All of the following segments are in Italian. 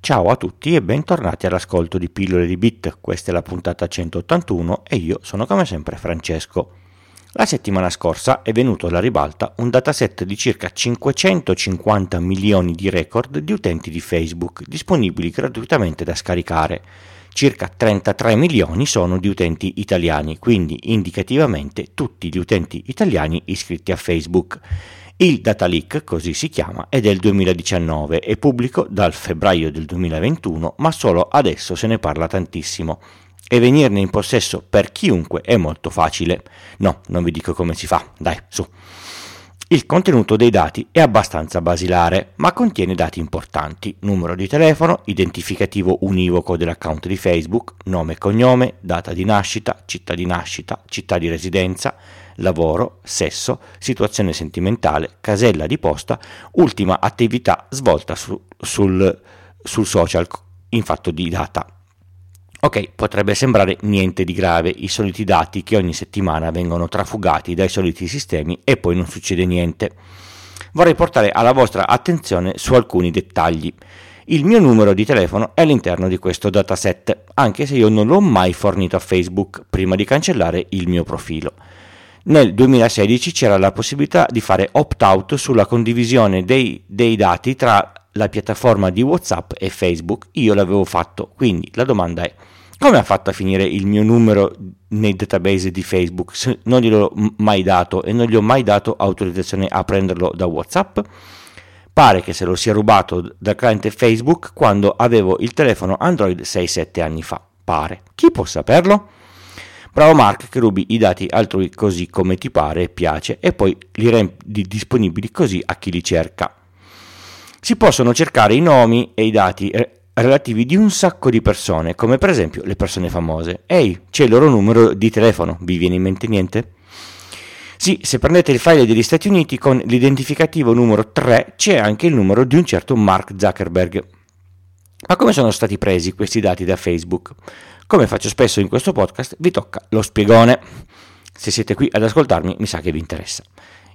Ciao a tutti e bentornati all'ascolto di Pillole di Bit, questa è la puntata 181 e io sono come sempre Francesco. La settimana scorsa è venuto alla ribalta un dataset di circa 550 milioni di record di utenti di Facebook disponibili gratuitamente da scaricare. Circa 33 milioni sono di utenti italiani, quindi indicativamente tutti gli utenti italiani iscritti a Facebook. Il data leak, così si chiama, è del 2019 e pubblico dal febbraio del 2021, ma solo adesso se ne parla tantissimo. E venirne in possesso per chiunque è molto facile. No, non vi dico come si fa, dai, su. Il contenuto dei dati è abbastanza basilare, ma contiene dati importanti: numero di telefono, identificativo univoco dell'account di Facebook, nome e cognome, data di nascita, città di residenza, lavoro, sesso, situazione sentimentale, casella di posta, ultima attività svolta sul social in fatto di data. Ok, potrebbe sembrare niente di grave, i soliti dati che ogni settimana vengono trafugati dai soliti sistemi e poi non succede niente. Vorrei portare alla vostra attenzione su alcuni dettagli. Il mio numero di telefono è all'interno di questo dataset, anche se io non l'ho mai fornito a Facebook prima di cancellare il mio profilo. Nel 2016 c'era la possibilità di fare opt-out sulla condivisione dei dati tra la piattaforma di WhatsApp e Facebook. Io l'avevo fatto, quindi la domanda è: come ha fatto a finire il mio numero nei database di Facebook se non gliel'ho mai dato e non gli ho mai dato autorizzazione a prenderlo da WhatsApp? Pare che se lo sia rubato dal cliente Facebook quando avevo il telefono Android 6-7 anni fa. Pare. Chi può saperlo? Bravo Mark che rubi i dati altrui così come ti pare e piace e poi li rendi disponibili così a chi li cerca. Si possono cercare i nomi e i dati relativi di un sacco di persone, come per esempio le persone famose. Ehi, c'è il loro numero di telefono, vi viene in mente niente? Sì, se prendete il file degli Stati Uniti con l'identificativo numero 3 c'è anche il numero di un certo Mark Zuckerberg. Ma come sono stati presi questi dati da Facebook? Come faccio spesso in questo podcast, vi tocca lo spiegone. Se siete qui ad ascoltarmi, mi sa che vi interessa.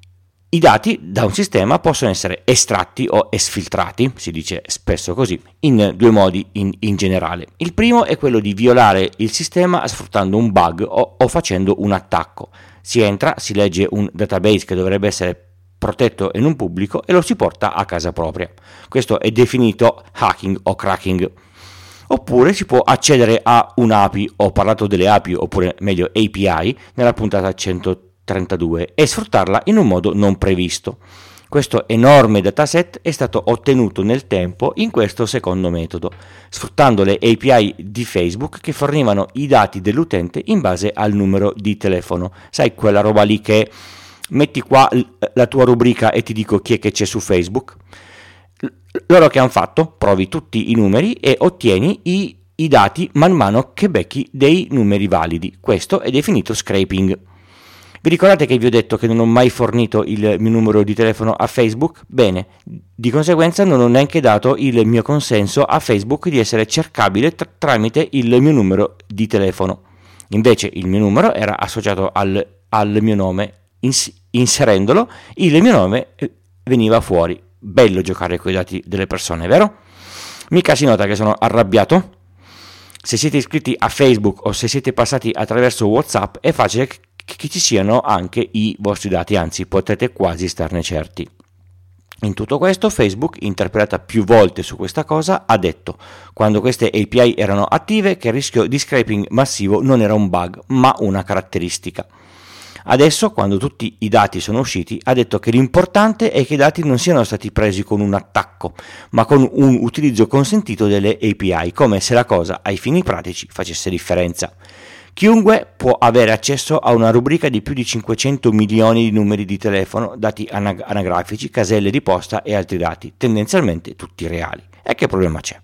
I dati da un sistema possono essere estratti o esfiltrati, si dice spesso così, in due modi in generale. Il primo è quello di violare il sistema sfruttando un bug o facendo un attacco. Si entra, si legge un database che dovrebbe essere protetto e non pubblico e lo si porta a casa propria. Questo è definito hacking o cracking. Oppure si può accedere a un'API, ho parlato delle API oppure meglio API nella puntata 132 e sfruttarla in un modo non previsto. Questo enorme dataset è stato ottenuto nel tempo in questo secondo metodo, sfruttando le API di Facebook che fornivano i dati dell'utente in base al numero di telefono. Sai quella roba lì che metti qua la tua rubrica e ti dico chi è che c'è su Facebook? Loro che hanno fatto? Provi tutti i numeri e ottieni i dati man mano che becchi dei numeri validi. Questo è definito scraping. Vi ricordate che vi ho detto che non ho mai fornito il mio numero di telefono a Facebook? Bene, di conseguenza non ho neanche dato il mio consenso a Facebook di essere cercabile tramite il mio numero di telefono. Invece il mio numero era associato al mio nome, inserendolo il mio nome veniva fuori. Bello giocare con i dati delle persone, vero? Mica si nota che sono arrabbiato? Se siete iscritti a Facebook o se siete passati attraverso WhatsApp è facile che ci siano anche i vostri dati, anzi potete quasi starne certi. In tutto questo Facebook, interpellata più volte su questa cosa, ha detto, quando queste API erano attive, che il rischio di scraping massivo non era un bug, ma una caratteristica. Adesso, quando tutti i dati sono usciti, ha detto che l'importante è che i dati non siano stati presi con un attacco, ma con un utilizzo consentito delle API, come se la cosa, ai fini pratici, facesse differenza. Chiunque può avere accesso a una rubrica di più di 500 milioni di numeri di telefono, dati anagrafici, caselle di posta e altri dati, tendenzialmente tutti reali. E che problema c'è?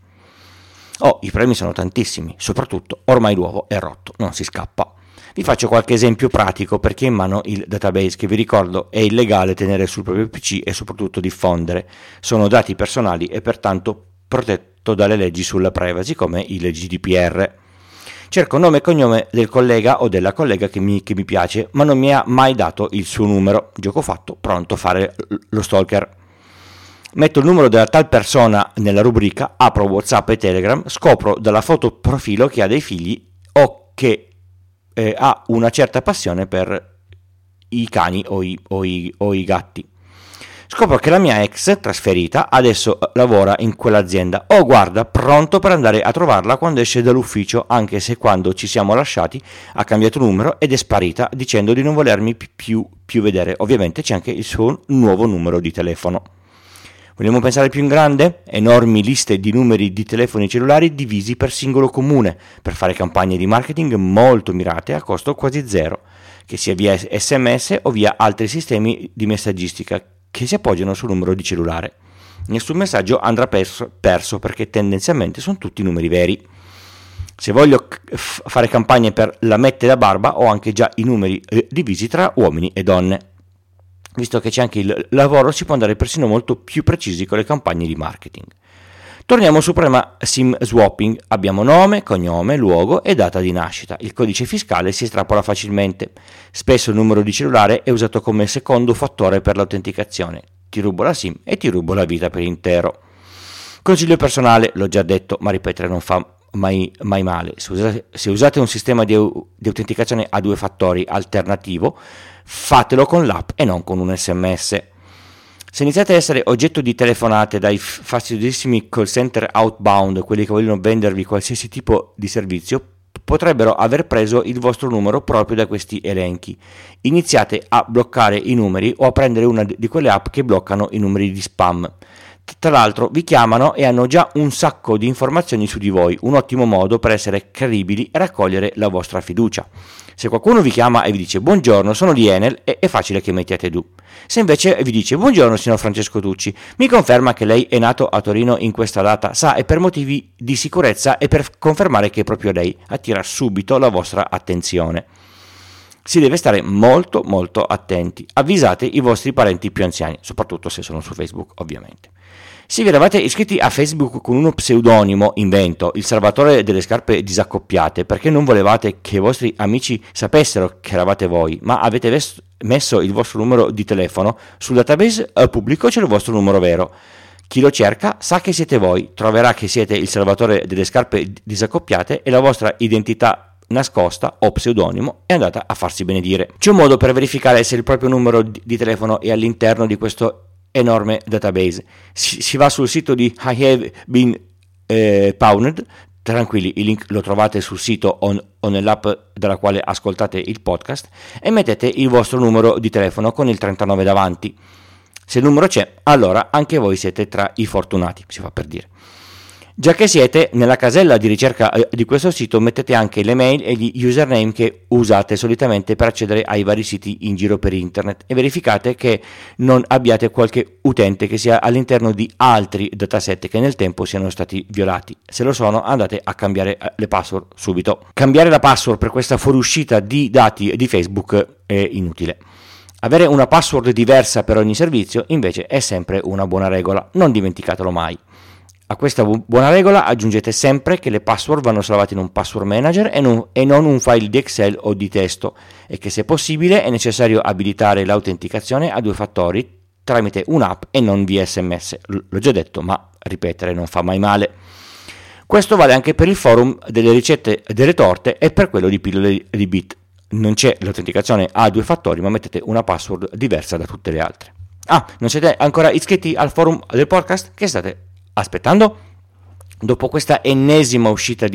I premi sono tantissimi, soprattutto ormai l'uovo è rotto, non si scappa. Vi faccio qualche esempio pratico per chi ha in mano il database, che vi ricordo è illegale tenere sul proprio PC e soprattutto diffondere. Sono dati personali e pertanto protetto dalle leggi sulla privacy come il GDPR. Cerco nome e cognome del collega o della collega che mi piace, ma non mi ha mai dato il suo numero. Gioco fatto, pronto a fare lo stalker. Metto il numero della tal persona nella rubrica, apro WhatsApp e Telegram, scopro dalla foto profilo che ha dei figli o che ha una certa passione per i cani o i gatti. Scopro che la mia ex, trasferita, adesso lavora in quell'azienda. Oh, guarda, pronto per andare a trovarla quando esce dall'ufficio, anche se quando ci siamo lasciati ha cambiato numero ed è sparita dicendo di non volermi più vedere. Ovviamente c'è anche il suo nuovo numero di telefono. Vogliamo pensare più in grande? Enormi liste di numeri di telefoni cellulari divisi per singolo comune, per fare campagne di marketing molto mirate a costo quasi zero, che sia via SMS o via altri sistemi di messaggistica che si appoggiano sul numero di cellulare. Nessun messaggio andrà perso perché tendenzialmente sono tutti numeri veri. Se voglio fare campagne per la mette da barba ho anche già i numeri divisi tra uomini e donne. Visto che c'è anche il lavoro si può andare persino molto più precisi con le campagne di marketing. Torniamo sul problema SIM swapping. Abbiamo nome, cognome, luogo e data di nascita. Il codice fiscale si estrapola facilmente. Spesso il numero di cellulare è usato come secondo fattore per l'autenticazione. Ti rubo la SIM e ti rubo la vita per intero. Consiglio personale, l'ho già detto, ma ripetere non fa mai male. Se usate un sistema di autenticazione a due fattori alternativo, fatelo con l'app e non con un SMS. Se iniziate a essere oggetto di telefonate dai fastidiosissimi call center outbound, quelli che vogliono vendervi qualsiasi tipo di servizio, potrebbero aver preso il vostro numero proprio da questi elenchi. Iniziate a bloccare i numeri o a prendere una di quelle app che bloccano i numeri di spam. Tra l'altro vi chiamano e hanno già un sacco di informazioni su di voi, un ottimo modo per essere credibili e raccogliere la vostra fiducia. Se qualcuno vi chiama e vi dice buongiorno, sono di Enel, è facile che mettiate du. Se invece vi dice buongiorno signor Francesco Tucci, mi conferma che lei è nato a Torino in questa data, sa, e per motivi di sicurezza e per confermare che è proprio lei, attira subito la vostra attenzione. Si deve stare molto attenti. Avvisate i vostri parenti più anziani, soprattutto se sono su Facebook, ovviamente. Se vi eravate iscritti a Facebook con uno pseudonimo, invento, il salvatore delle scarpe disaccoppiate, perché non volevate che i vostri amici sapessero che eravate voi, ma avete messo il vostro numero di telefono, sul database pubblico c'è il vostro numero vero. Chi lo cerca sa che siete voi, troverà che siete il salvatore delle scarpe disaccoppiate e la vostra identità nascosta o pseudonimo è andata a farsi benedire. C'è un modo per verificare se il proprio numero di telefono è all'interno di questo enorme database. Si va sul sito di I Have Been Pwned. Tranquilli, il link lo trovate sul sito o nell'app dalla quale ascoltate il podcast, e mettete il vostro numero di telefono con il 39 davanti. Se il numero c'è, allora anche voi siete tra i fortunati, si fa per dire. Già che siete, nella casella di ricerca di questo sito mettete anche le mail e gli username che usate solitamente per accedere ai vari siti in giro per internet e verificate che non abbiate qualche utente che sia all'interno di altri dataset che nel tempo siano stati violati. Se lo sono, andate a cambiare le password subito. Cambiare la password per questa fuoriuscita di dati di Facebook è inutile. Avere una password diversa per ogni servizio invece è sempre una buona regola, non dimenticatelo mai. A questa buona regola aggiungete sempre che le password vanno salvate in un password manager e non un file di Excel o di testo, e che se possibile è necessario abilitare l'autenticazione a due fattori tramite un'app e non via SMS. L'ho già detto, ma ripetere non fa mai male. Questo vale anche per il forum delle ricette delle torte e per quello di pillole di bit. Non c'è l'autenticazione a due fattori, ma mettete una password diversa da tutte le altre. Non siete ancora iscritti al forum del podcast? Che state aspettando? Dopo questa ennesima uscita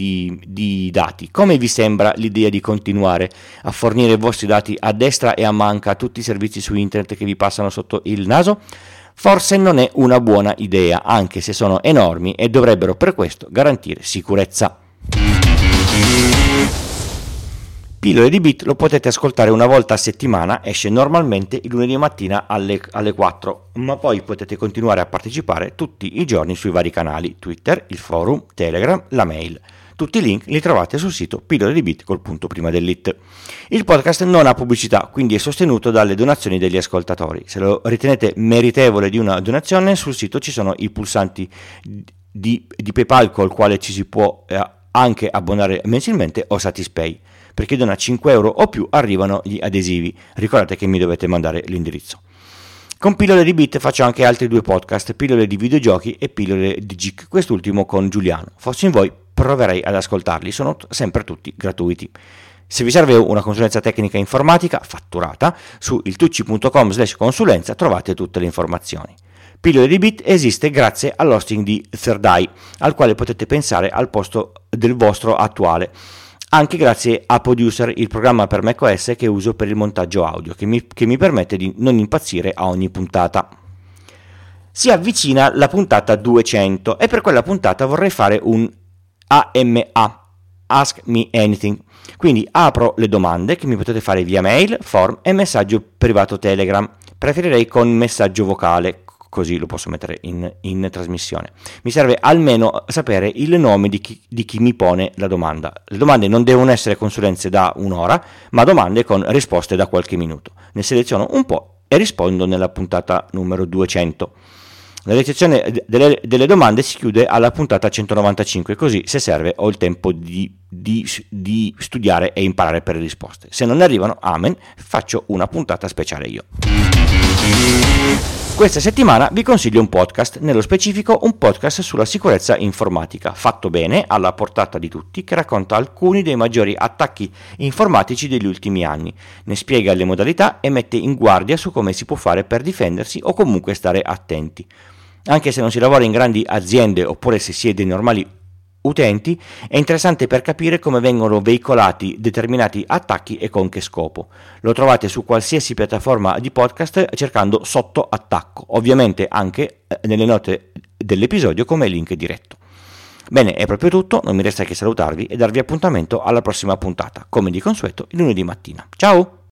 di dati, come vi sembra l'idea di continuare a fornire i vostri dati a destra e a manca a tutti i servizi su internet che vi passano sotto il naso? Forse non è una buona idea, anche se sono enormi e dovrebbero per questo garantire sicurezza. Pillole di Bit lo potete ascoltare una volta a settimana, esce normalmente il lunedì mattina alle 4, ma poi potete continuare a partecipare tutti i giorni sui vari canali, Twitter, il forum, Telegram, la mail. Tutti i link li trovate sul sito Pillole di Bit col punto prima dell'it. Il podcast non ha pubblicità, quindi è sostenuto dalle donazioni degli ascoltatori. Se lo ritenete meritevole di una donazione, sul sito ci sono i pulsanti di PayPal col quale ci si può anche abbonare mensilmente, o Satispay. Per chi dona 5 euro o più arrivano gli adesivi. Ricordate che mi dovete mandare l'indirizzo. Con Pillole di Bit faccio anche altri 2 podcast, Pillole di videogiochi e Pillole di Geek, quest'ultimo con Giuliano. Fossi in voi proverei ad ascoltarli, sono sempre tutti gratuiti. Se vi serve una consulenza tecnica informatica fatturata, su iltucci.com/consulenza trovate tutte le informazioni. Pillole di Bit esiste grazie all'hosting di Third Eye, al quale potete pensare al posto del vostro attuale, anche grazie a Producer, il programma per macOS che uso per il montaggio audio, che mi permette di non impazzire a ogni puntata. Si avvicina la puntata 200 e per quella puntata vorrei fare un AMA, Ask Me Anything. Quindi apro le domande che mi potete fare via mail, form e messaggio privato Telegram. Preferirei con messaggio vocale, così lo posso mettere in trasmissione. Mi serve almeno sapere il nome di chi mi pone la domanda. Le domande non devono essere consulenze da un'ora, ma domande con risposte da qualche minuto. Ne seleziono un po' e rispondo nella puntata numero 200. La ricezione delle domande si chiude alla puntata 195, così se serve ho il tempo di studiare e imparare per le risposte. Se non arrivano, amen, faccio una puntata speciale io. Questa settimana vi consiglio un podcast, nello specifico un podcast sulla sicurezza informatica, fatto bene, alla portata di tutti, che racconta alcuni dei maggiori attacchi informatici degli ultimi anni, ne spiega le modalità e mette in guardia su come si può fare per difendersi o comunque stare attenti. Anche se non si lavora in grandi aziende oppure se si è dei normali utenti, è interessante per capire come vengono veicolati determinati attacchi e con che scopo. Lo trovate su qualsiasi piattaforma di podcast cercando sotto attacco, ovviamente anche nelle note dell'episodio come link diretto. Bene, è proprio tutto, non mi resta che salutarvi e darvi appuntamento alla prossima puntata, come di consueto il lunedì mattina. Ciao!